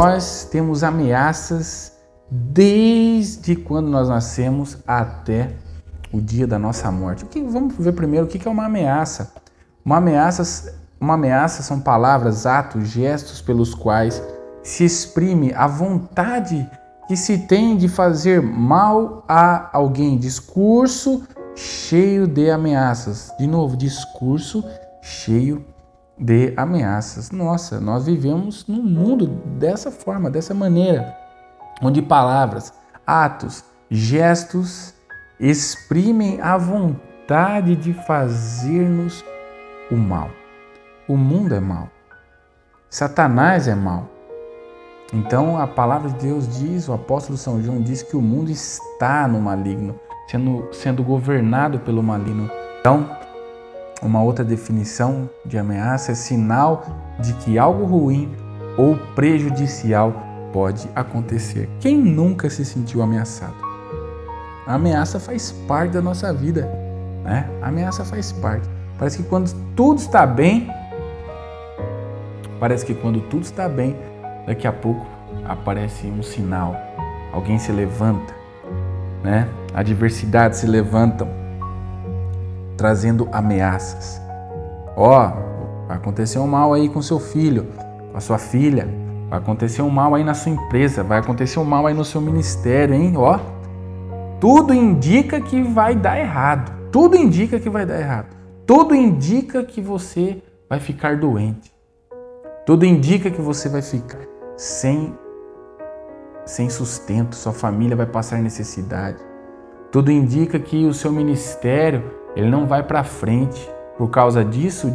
nós temos ameaças desde quando nós nascemos até o dia da nossa morte. Vamos ver primeiro o que é uma ameaça. Uma ameaça são palavras, atos, gestos pelos quais se exprime a vontade que se tem de fazer mal a alguém. Discurso cheio de ameaças. De novo, discurso cheio de ameaças. Nossa, nós vivemos num mundo dessa forma, dessa maneira, onde palavras, atos, gestos exprimem a vontade de fazer-nos o mal. O mundo é mau. Satanás é mau. Então a palavra de Deus diz, o apóstolo São João diz que o mundo está no maligno, sendo governado pelo maligno. Então, uma outra definição de ameaça é sinal de que algo ruim ou prejudicial pode acontecer. Quem nunca se sentiu ameaçado? A ameaça faz parte da nossa vida, né? A ameaça faz parte. Parece que quando tudo está bem, daqui a pouco aparece um sinal. Alguém se levanta, né? Adversidades se levantam, trazendo ameaças. Vai acontecer um mal aí com seu filho, com a sua filha. Vai acontecer um mal aí na sua empresa. Vai acontecer um mal aí no seu ministério, hein? Tudo indica que vai dar errado. Tudo indica que vai dar errado. Tudo indica que você vai ficar doente. Tudo indica que você vai ficar sem sustento. Sua família vai passar necessidade. Tudo indica que o seu ministério ele não vai para frente por causa disso.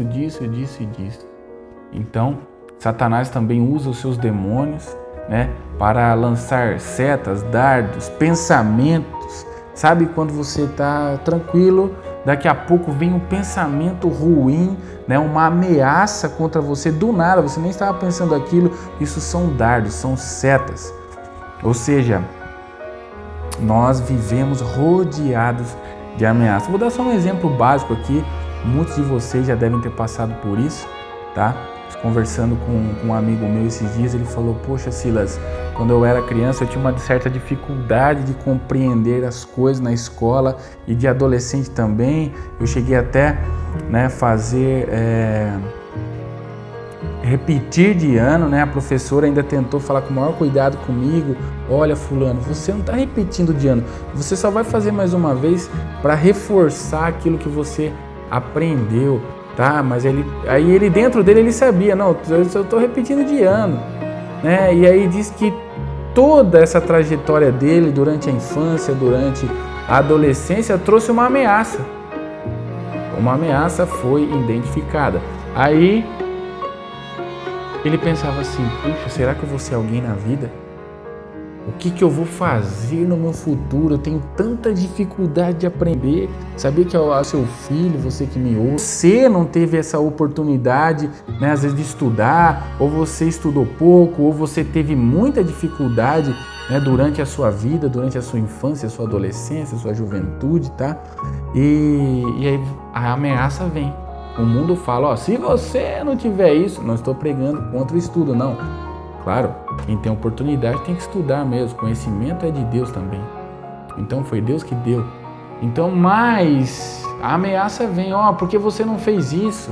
Então, Satanás também usa os seus demônios, né, para lançar setas, dardos, pensamentos. Sabe quando você está tranquilo, daqui a pouco vem um pensamento ruim, né, uma ameaça contra você do nada, você nem estava pensando aquilo. Isso são dardos, são setas. Ou seja, nós vivemos rodeados de ameaças. Vou dar só um exemplo básico aqui. Muitos de vocês já devem ter passado por isso, tá? Conversando com um amigo meu esses dias, ele falou: poxa, Silas, quando eu era criança eu tinha uma certa dificuldade de compreender as coisas na escola e de adolescente também. Eu cheguei até, né, fazer repetir de ano, né? A professora ainda tentou falar com o maior cuidado comigo: olha, fulano, você não está repetindo de ano, você só vai fazer mais uma vez para reforçar aquilo que você aprendeu. Tá, mas ele dentro dele ele sabia, não, eu estou repetindo de ano, né? E aí diz que toda essa trajetória dele durante a infância, durante a adolescência, trouxe uma ameaça. Uma ameaça foi identificada. Aí ele pensava assim: puxa, será que eu vou ser alguém na vida? O que eu vou fazer no meu futuro? Eu tenho tanta dificuldade de aprender. Sabia que é seu filho, você que me ouve, você não teve essa oportunidade, né, às vezes de estudar, ou você estudou pouco, ou você teve muita dificuldade, né, durante a sua vida, durante a sua infância, a sua adolescência, a sua juventude, tá? E aí a ameaça vem. O mundo fala: se você não tiver isso, não estou pregando contra o estudo, não. Claro, quem tem oportunidade tem que estudar mesmo. Conhecimento é de Deus também. Então foi Deus que deu. Então, mas a ameaça vem: porque você não fez isso,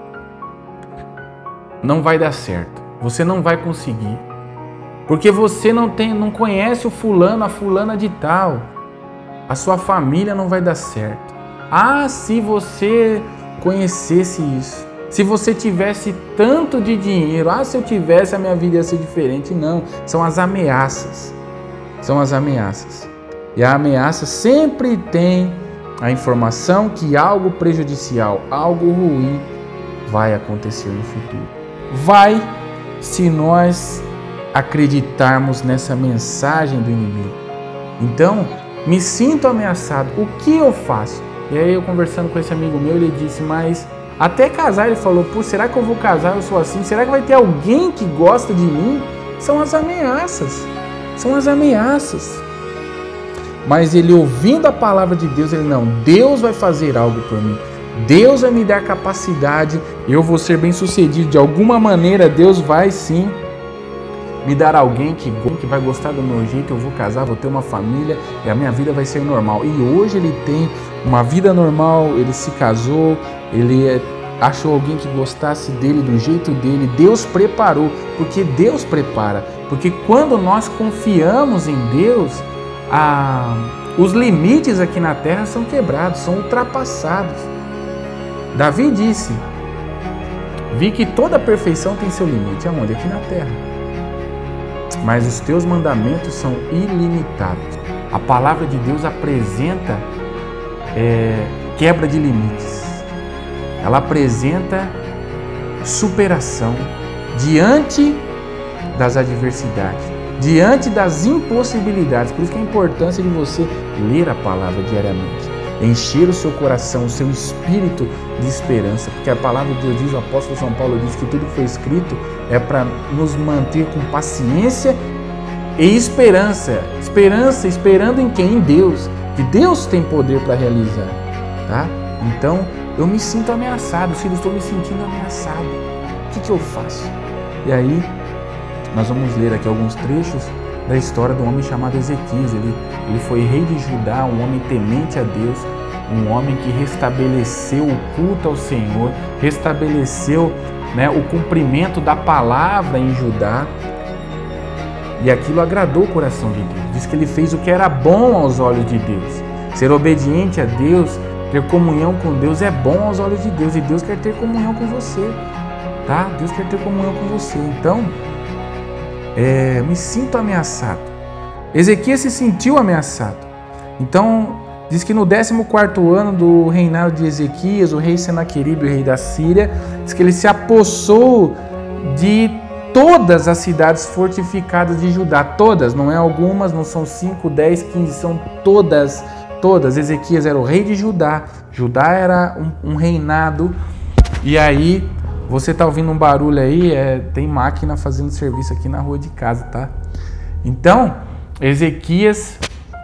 não vai dar certo. Você não vai conseguir. Porque você não conhece o fulano, a fulana de tal. A sua família não vai dar certo. Se você conhecesse isso. Se você tivesse tanto de dinheiro, se eu tivesse, a minha vida ia ser diferente. Não, são as ameaças. São as ameaças. E a ameaça sempre tem a informação que algo prejudicial, algo ruim vai acontecer no futuro. Vai, se nós acreditarmos nessa mensagem do inimigo. Então, me sinto ameaçado. O que eu faço? E aí eu conversando com esse amigo meu, ele disse: mas até casar, ele falou: será que eu vou casar? Eu sou assim? Será que vai ter alguém que gosta de mim? São as ameaças. São as ameaças. Mas ele, ouvindo a palavra de Deus, ele: não, Deus vai fazer algo por mim. Deus vai me dar capacidade. Eu vou ser bem sucedido. De alguma maneira, Deus vai sim me dar alguém que vai gostar do meu jeito, eu vou casar, vou ter uma família e a minha vida vai ser normal. E hoje ele tem uma vida normal, ele se casou, ele achou alguém que gostasse dele, do jeito dele. Deus preparou, porque Deus prepara. Porque quando nós confiamos em Deus, os limites aqui na terra são quebrados, são ultrapassados. Davi disse: vi que toda perfeição tem seu limite. Aonde? Aqui na terra. Mas os teus mandamentos são ilimitados. A palavra de Deus apresenta quebra de limites. Ela apresenta superação diante das adversidades, diante das impossibilidades. Por isso que a importância de você ler a palavra diariamente, encher o seu coração, o seu espírito de esperança, porque a palavra de Deus diz, o apóstolo São Paulo diz que tudo que foi escrito é para nos manter com paciência e esperança. Esperança, esperando em quem? Em Deus, que Deus tem poder para realizar, tá? Então, eu me sinto ameaçado, filho, estou me sentindo ameaçado. O que eu faço? E aí, nós vamos ler aqui alguns trechos da história do homem chamado Ezequias. Ele foi rei de Judá, um homem temente a Deus, um homem que restabeleceu o culto ao Senhor, restabeleceu, o cumprimento da palavra em Judá, e aquilo agradou o coração de Deus. Diz que ele fez o que era bom aos olhos de Deus. Ser obediente a Deus, ter comunhão com Deus é bom aos olhos de Deus, e Deus quer ter comunhão com você, tá? Deus quer ter comunhão com você. Então, me sinto ameaçado. Ezequias se sentiu ameaçado. Então, diz que no 14º ano do reinado de Ezequias, o rei Senaqueribe, o rei da Síria, diz que ele se apossou de todas as cidades fortificadas de Judá. Todas, não é algumas, não são 5, 10, 15, são todas. Todas. Ezequias era o rei de Judá. Judá era um reinado. E aí, você tá ouvindo um barulho aí, tem máquina fazendo serviço aqui na rua de casa, tá? Então, Ezequias,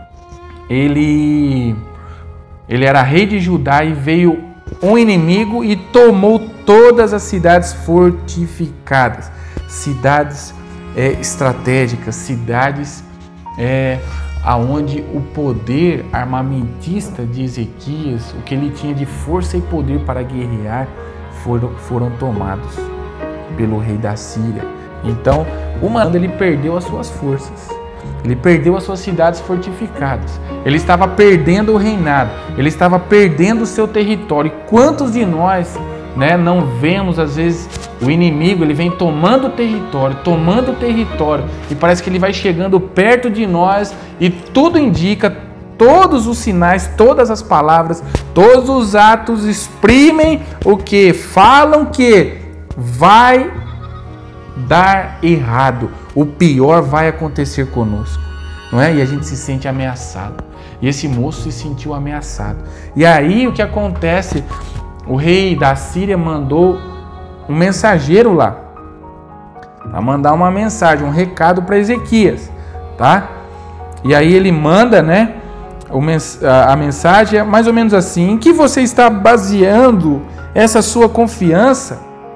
ele era rei de Judá, e veio um inimigo e tomou todas as cidades fortificadas, cidades estratégicas, cidades aonde o poder armamentista de Ezequias, o que ele tinha de força e poder para guerrear, foram tomados pelo rei da Síria. Então, ele perdeu as suas forças, ele perdeu as suas cidades fortificadas, ele estava perdendo o reinado, ele estava perdendo o seu território. E quantos de nós não vemos, às vezes, o inimigo, ele vem tomando território, e parece que ele vai chegando perto de nós, e tudo indica, todos os sinais, todas as palavras, todos os atos exprimem o que? Falam que vai dar errado, o pior vai acontecer conosco, não é? E a gente se sente ameaçado. E esse moço se sentiu ameaçado. E aí o que acontece? O rei da Síria mandou um mensageiro lá para mandar uma mensagem, um recado para Ezequias, tá? E aí ele manda, a mensagem é mais ou menos assim: em que você está baseando essa sua confiança?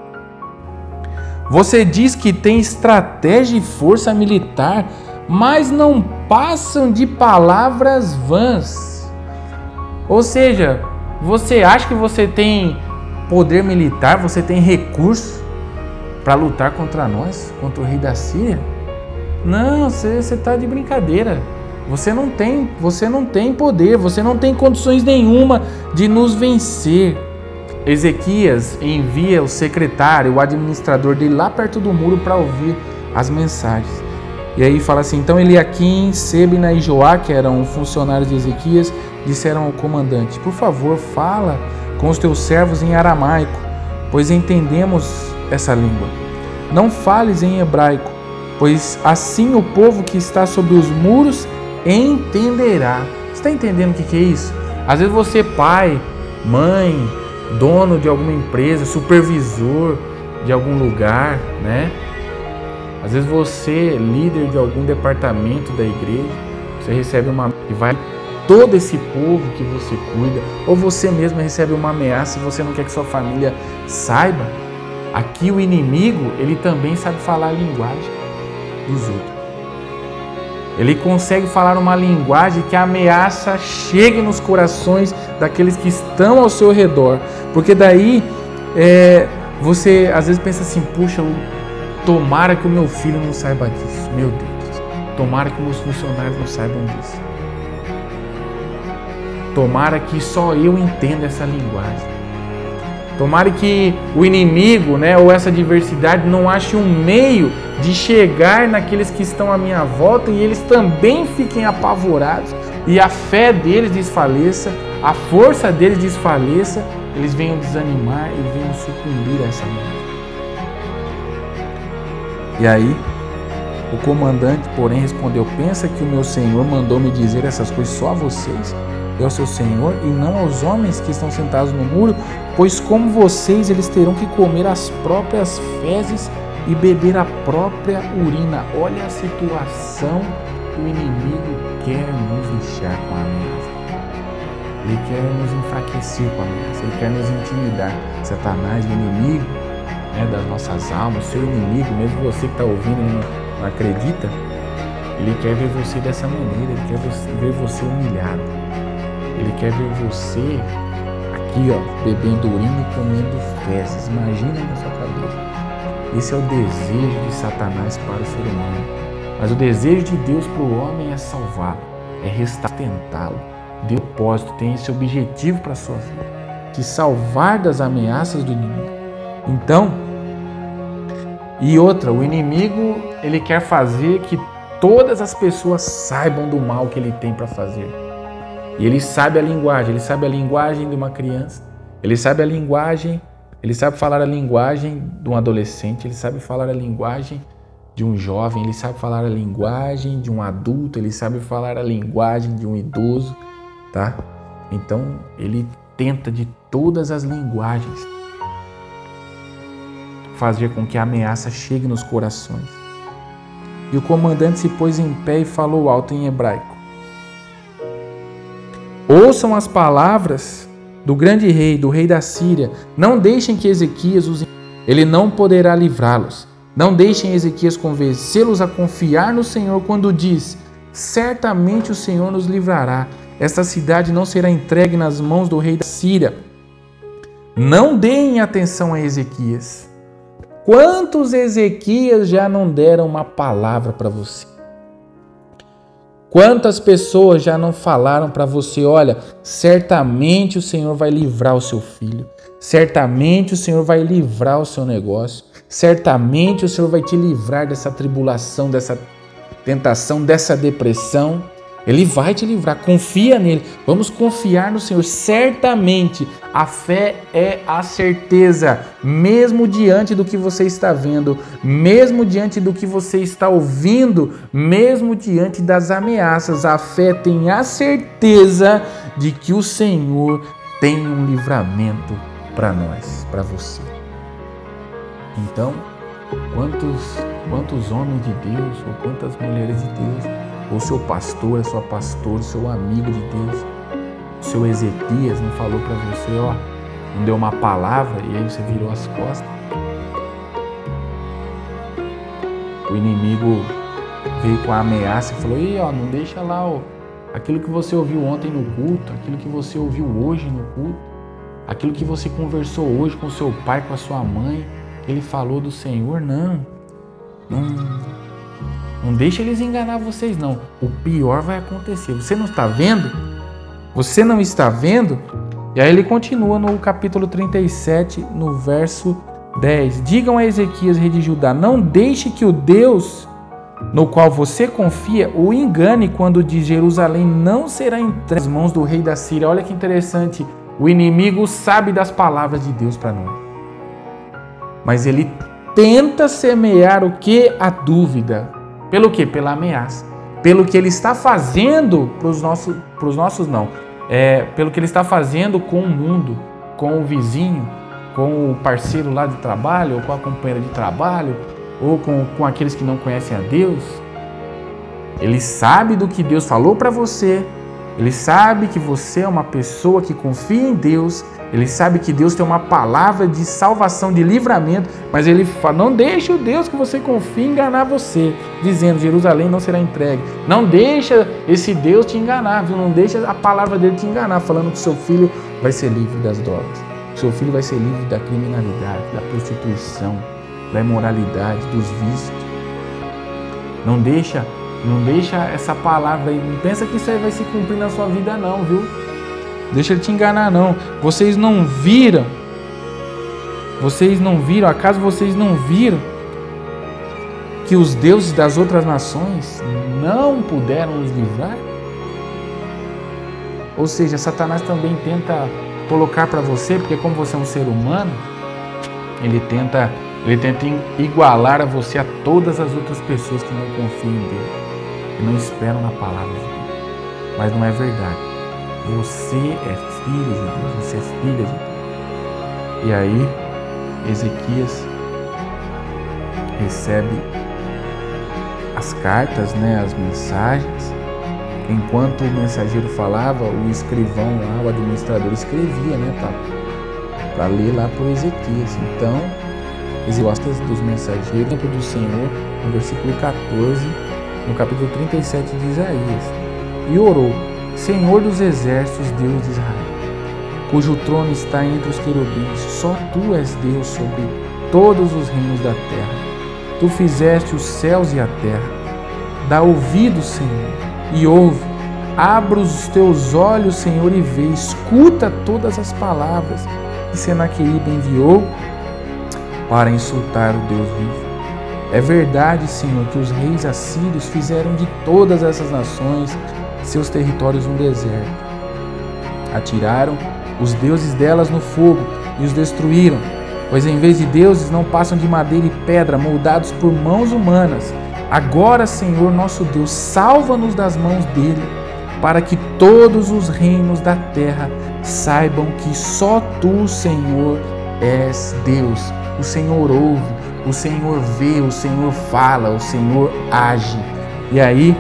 Você diz que tem estratégia e força militar, mas não passam de palavras vãs. Ou seja, você acha que você tem poder militar, você tem recurso para lutar contra nós, contra o rei da Síria? Não, você está de brincadeira. Você não tem poder, você não tem condições nenhuma de nos vencer. Ezequias envia o secretário, o administrador dele lá perto do muro para ouvir as mensagens. E aí fala assim: então Eliaquim, Sebna e Joá, que eram funcionários de Ezequias, disseram ao comandante: por favor, fala com os teus servos em aramaico, pois entendemos essa língua. Não fales em hebraico, pois assim o povo que está sobre os muros entenderá. Você está entendendo o que é isso? Às vezes você, pai, mãe, dono de alguma empresa, supervisor de algum lugar, Às vezes você, líder de algum departamento da igreja, você recebe e vai todo esse povo que você cuida, ou você mesmo recebe uma ameaça e você não quer que sua família saiba. Aqui o inimigo, ele também sabe falar a linguagem. dos outros. Ele consegue falar uma linguagem que a ameaça chegue nos corações daqueles que estão ao seu redor. Porque daí você às vezes pensa assim, puxa, tomara que o meu filho não saiba disso. Meu Deus, tomara que meus funcionários não saibam disso. Tomara que só eu entenda essa linguagem. Tomara que o inimigo, ou essa adversidade não ache um meio de chegar naqueles que estão à minha volta e eles também fiquem apavorados e a fé deles desfaleça, a força deles desfaleça, eles venham desanimar e venham sucumbir a essa morte. E aí, o comandante, porém, respondeu: pensa que o meu senhor mandou me dizer essas coisas só a vocês? É o seu Senhor e não aos homens que estão sentados no muro, pois como vocês, eles terão que comer as próprias fezes e beber a própria urina. Olha a situação que o inimigo quer nos deixar com a ameaça. Ele quer nos enfraquecer com a ameaça, ele quer nos intimidar. Satanás, o inimigo das nossas almas, o seu inimigo, mesmo você que está ouvindo e não acredita, ele quer ver você dessa maneira, ele quer ver você humilhado. Ele quer ver você aqui, bebendo urina e comendo fezes. Imagina na sua cabeça. Esse é o desejo de Satanás para o ser humano. Mas o desejo de Deus para o homem é salvá-lo, é restaurar-lo. Deus tem esse objetivo para a sua vida, te salvar das ameaças do inimigo. Então, e outra, o inimigo, ele quer fazer que todas as pessoas saibam do mal que ele tem para fazer. E ele sabe a linguagem de uma criança, ele sabe falar a linguagem de um adolescente, ele sabe falar a linguagem de um jovem, ele sabe falar a linguagem de um adulto, ele sabe falar a linguagem de um idoso, tá? Então, ele tenta de todas as linguagens fazer com que a ameaça chegue nos corações. E o comandante se pôs em pé e falou alto em hebraico: ouçam as palavras do grande rei, do rei da Síria. Não deixem que Ezequias ele não poderá livrá-los. Não deixem Ezequias convencê-los a confiar no Senhor quando diz: certamente o Senhor nos livrará. Esta cidade não será entregue nas mãos do rei da Síria. Não deem atenção a Ezequias. Quantos Ezequias já não deram uma palavra para você? Quantas pessoas já não falaram para você: olha, certamente o Senhor vai livrar o seu filho, certamente o Senhor vai livrar o seu negócio, certamente o Senhor vai te livrar dessa tribulação, dessa tentação, dessa depressão. Ele vai te livrar, confia nele, vamos confiar no Senhor. Certamente a fé é a certeza, mesmo diante do que você está vendo, mesmo diante do que você está ouvindo, mesmo diante das ameaças, a fé tem a certeza de que o Senhor tem um livramento para nós, para você. Então, quantos homens de Deus ou quantas mulheres de Deus, ou seu pastor, a sua pastora, o seu amigo de Deus, o seu Ezequias não falou para você, não deu uma palavra e aí você virou as costas? O inimigo veio com a ameaça e falou: não deixa lá aquilo que você ouviu ontem no culto, aquilo que você ouviu hoje no culto, aquilo que você conversou hoje com seu pai, com a sua mãe, ele falou do Senhor. Não deixa eles enganar vocês, não. O pior vai acontecer. Você não está vendo? Você não está vendo? E aí ele continua no capítulo 37, no verso 10. Digam a Ezequias, rei de Judá: não deixe que o Deus no qual você confia o engane quando diz: Jerusalém não será entregue nas mãos do rei da Síria. Olha que interessante. O inimigo sabe das palavras de Deus para nós. Mas ele tenta semear o que? A dúvida. Pelo quê? Pela ameaça. Pelo que ele está fazendo pelo que ele está fazendo com o mundo, com o vizinho, com o parceiro lá de trabalho, ou com a companheira de trabalho, ou com aqueles que não conhecem a Deus. Ele sabe do que Deus falou para você, Ele sabe que você é uma pessoa que confia em Deus. Ele sabe que Deus tem uma palavra de salvação, de livramento. Mas ele fala, não deixe o Deus que você confia enganar você, dizendo, Jerusalém não será entregue. Não deixa esse Deus te enganar, viu? Não deixa a palavra dele te enganar, falando que seu filho vai ser livre das drogas. Seu filho vai ser livre da criminalidade, da prostituição, da imoralidade, dos vícios. Não deixa essa palavra aí. Não pensa que isso aí vai se cumprir na sua vida não, viu? Deixa ele te enganar não. Vocês não viram, acaso vocês não viram que os deuses das outras nações não puderam nos livrar? Ou seja, Satanás também tenta colocar para você, porque como você é um ser humano, ele tenta igualar a você a todas as outras pessoas que não confiam em Deus, que não esperam na palavra de Deus. Mas não é verdade. Você é filho de Deus, você é filha de Deus. E aí, Ezequias recebe as cartas, as mensagens. Enquanto o mensageiro falava, o escrivão lá, o administrador escrevia, para ler lá para Ezequias. Então, Ezequias dos mensageiros, tempo do Senhor, no versículo 14, no capítulo 37 de Isaías. E orou, Senhor dos exércitos, Deus de Israel, cujo trono está entre os querubins, só Tu és Deus sobre todos os reinos da terra. Tu fizeste os céus e a terra. Dá ouvido, Senhor, e ouve. Abra os teus olhos, Senhor, e vê. Escuta todas as palavras que Senaqueribe enviou para insultar o Deus vivo. É verdade, Senhor, que os reis assírios fizeram de todas essas nações seus territórios um deserto. Atiraram os deuses delas no fogo e os destruíram, pois em vez de deuses não passam de madeira e pedra moldados por mãos humanas. Agora, Senhor nosso Deus, salva-nos das mãos dele, para que todos os reinos da terra saibam que só Tu, Senhor, és Deus. O Senhor ouve, o Senhor vê, o Senhor fala, o Senhor age. E aí,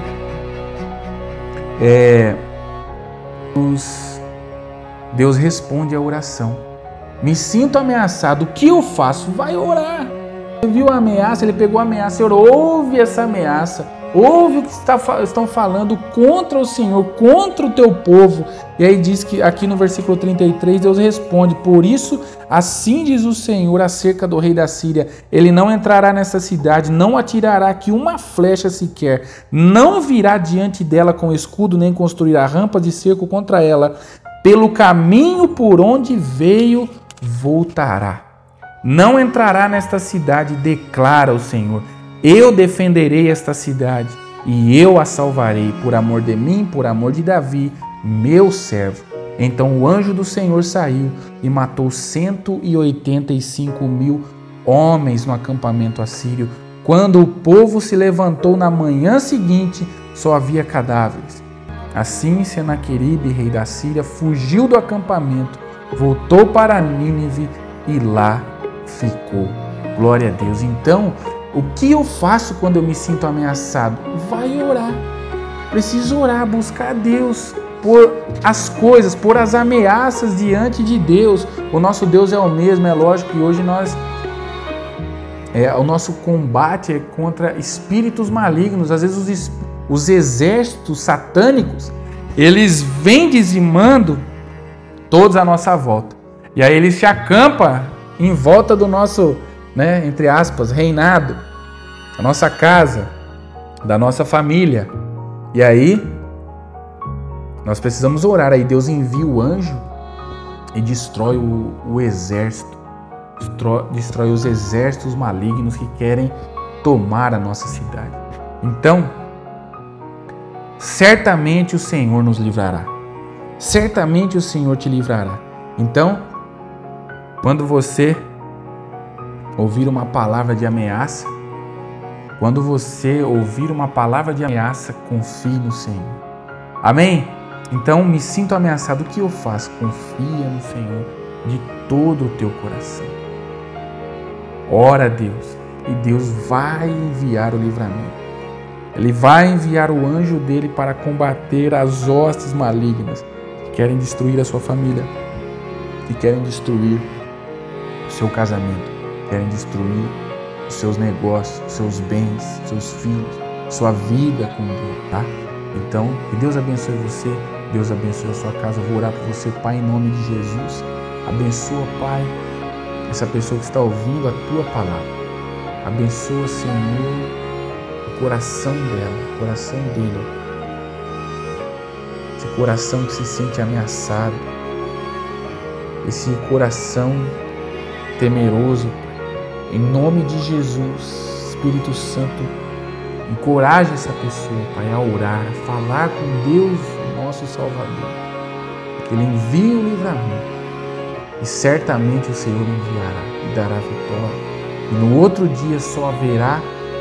Deus responde à oração. Me sinto ameaçado, o que eu faço? Vai orar. Ele viu a ameaça, ele pegou a ameaça e orou. Ouve essa ameaça, ouve o que estão falando contra o Senhor, contra o teu povo. E aí diz que aqui no versículo 33, Deus responde, por isso assim diz o Senhor acerca do rei da Síria, ele não entrará nessa cidade, não atirará aqui uma flecha sequer, não virá diante dela com escudo, nem construirá rampas de cerco contra ela, pelo caminho por onde veio voltará. Não entrará nesta cidade, declara o Senhor. Eu defenderei esta cidade e eu a salvarei, por amor de mim, por amor de Davi, meu servo. Então o anjo do Senhor saiu e matou 185.000 homens no acampamento assírio. Quando o povo se levantou na manhã seguinte, só havia cadáveres. Assim Senaqueribe, rei da Síria, fugiu do acampamento, voltou para Nínive e lá ficou. Glória a Deus. Então, o que eu faço quando eu me sinto ameaçado? Vai orar. Preciso orar, buscar a Deus, pôr as coisas, pôr as ameaças diante de Deus. O nosso Deus é o mesmo, é lógico que hoje o nosso combate é contra espíritos malignos. Às vezes os exércitos satânicos, eles vêm dizimando todos à nossa volta. E aí eles se acampam em volta do nosso, entre aspas, reinado, da nossa casa, da nossa família. E aí nós precisamos orar. Aí Deus envia o anjo e destrói o exército, destrói os exércitos malignos que querem tomar a nossa cidade. Então, certamente o Senhor nos livrará. Certamente o Senhor te livrará. Então, quando você ouvir uma palavra de ameaça, confie no Senhor. Amém? Então, me sinto ameaçado, o que eu faço? Confia no Senhor de todo o teu coração. Ora a Deus, e Deus vai enviar o livramento. Ele vai enviar o anjo dele para combater as hostes malignas que querem destruir a sua família, que querem destruir o seu casamento, querem destruir os seus negócios, os seus bens, seus filhos, sua vida com Deus, tá? Então, que Deus abençoe você, Deus abençoe a sua casa. Eu vou orar por você, Pai, em nome de Jesus. Abençoa, Pai, essa pessoa que está ouvindo a Tua palavra. Abençoa, Senhor, o coração dela, o coração dele. Esse coração que se sente ameaçado, esse coração temeroso. Em nome de Jesus, Espírito Santo, encoraje essa pessoa, Pai, a orar, a falar com Deus, nosso Salvador, que Ele envie o livramento e certamente o Senhor enviará e dará vitória. E no outro dia só haverá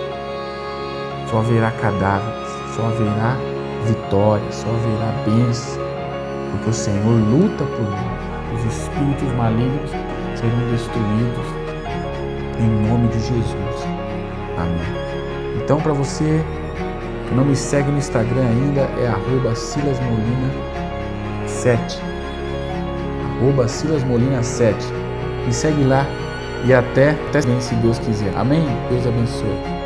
cadáveres, só haverá vitória, só haverá bênção, porque o Senhor luta por nós. Os espíritos malignos serão destruídos em nome de Jesus. Amém. Então, para você que não me segue no Instagram ainda, é @silasmolina7. @silasmolina7. Me segue lá e até bem, se Deus quiser. Amém? Deus abençoe.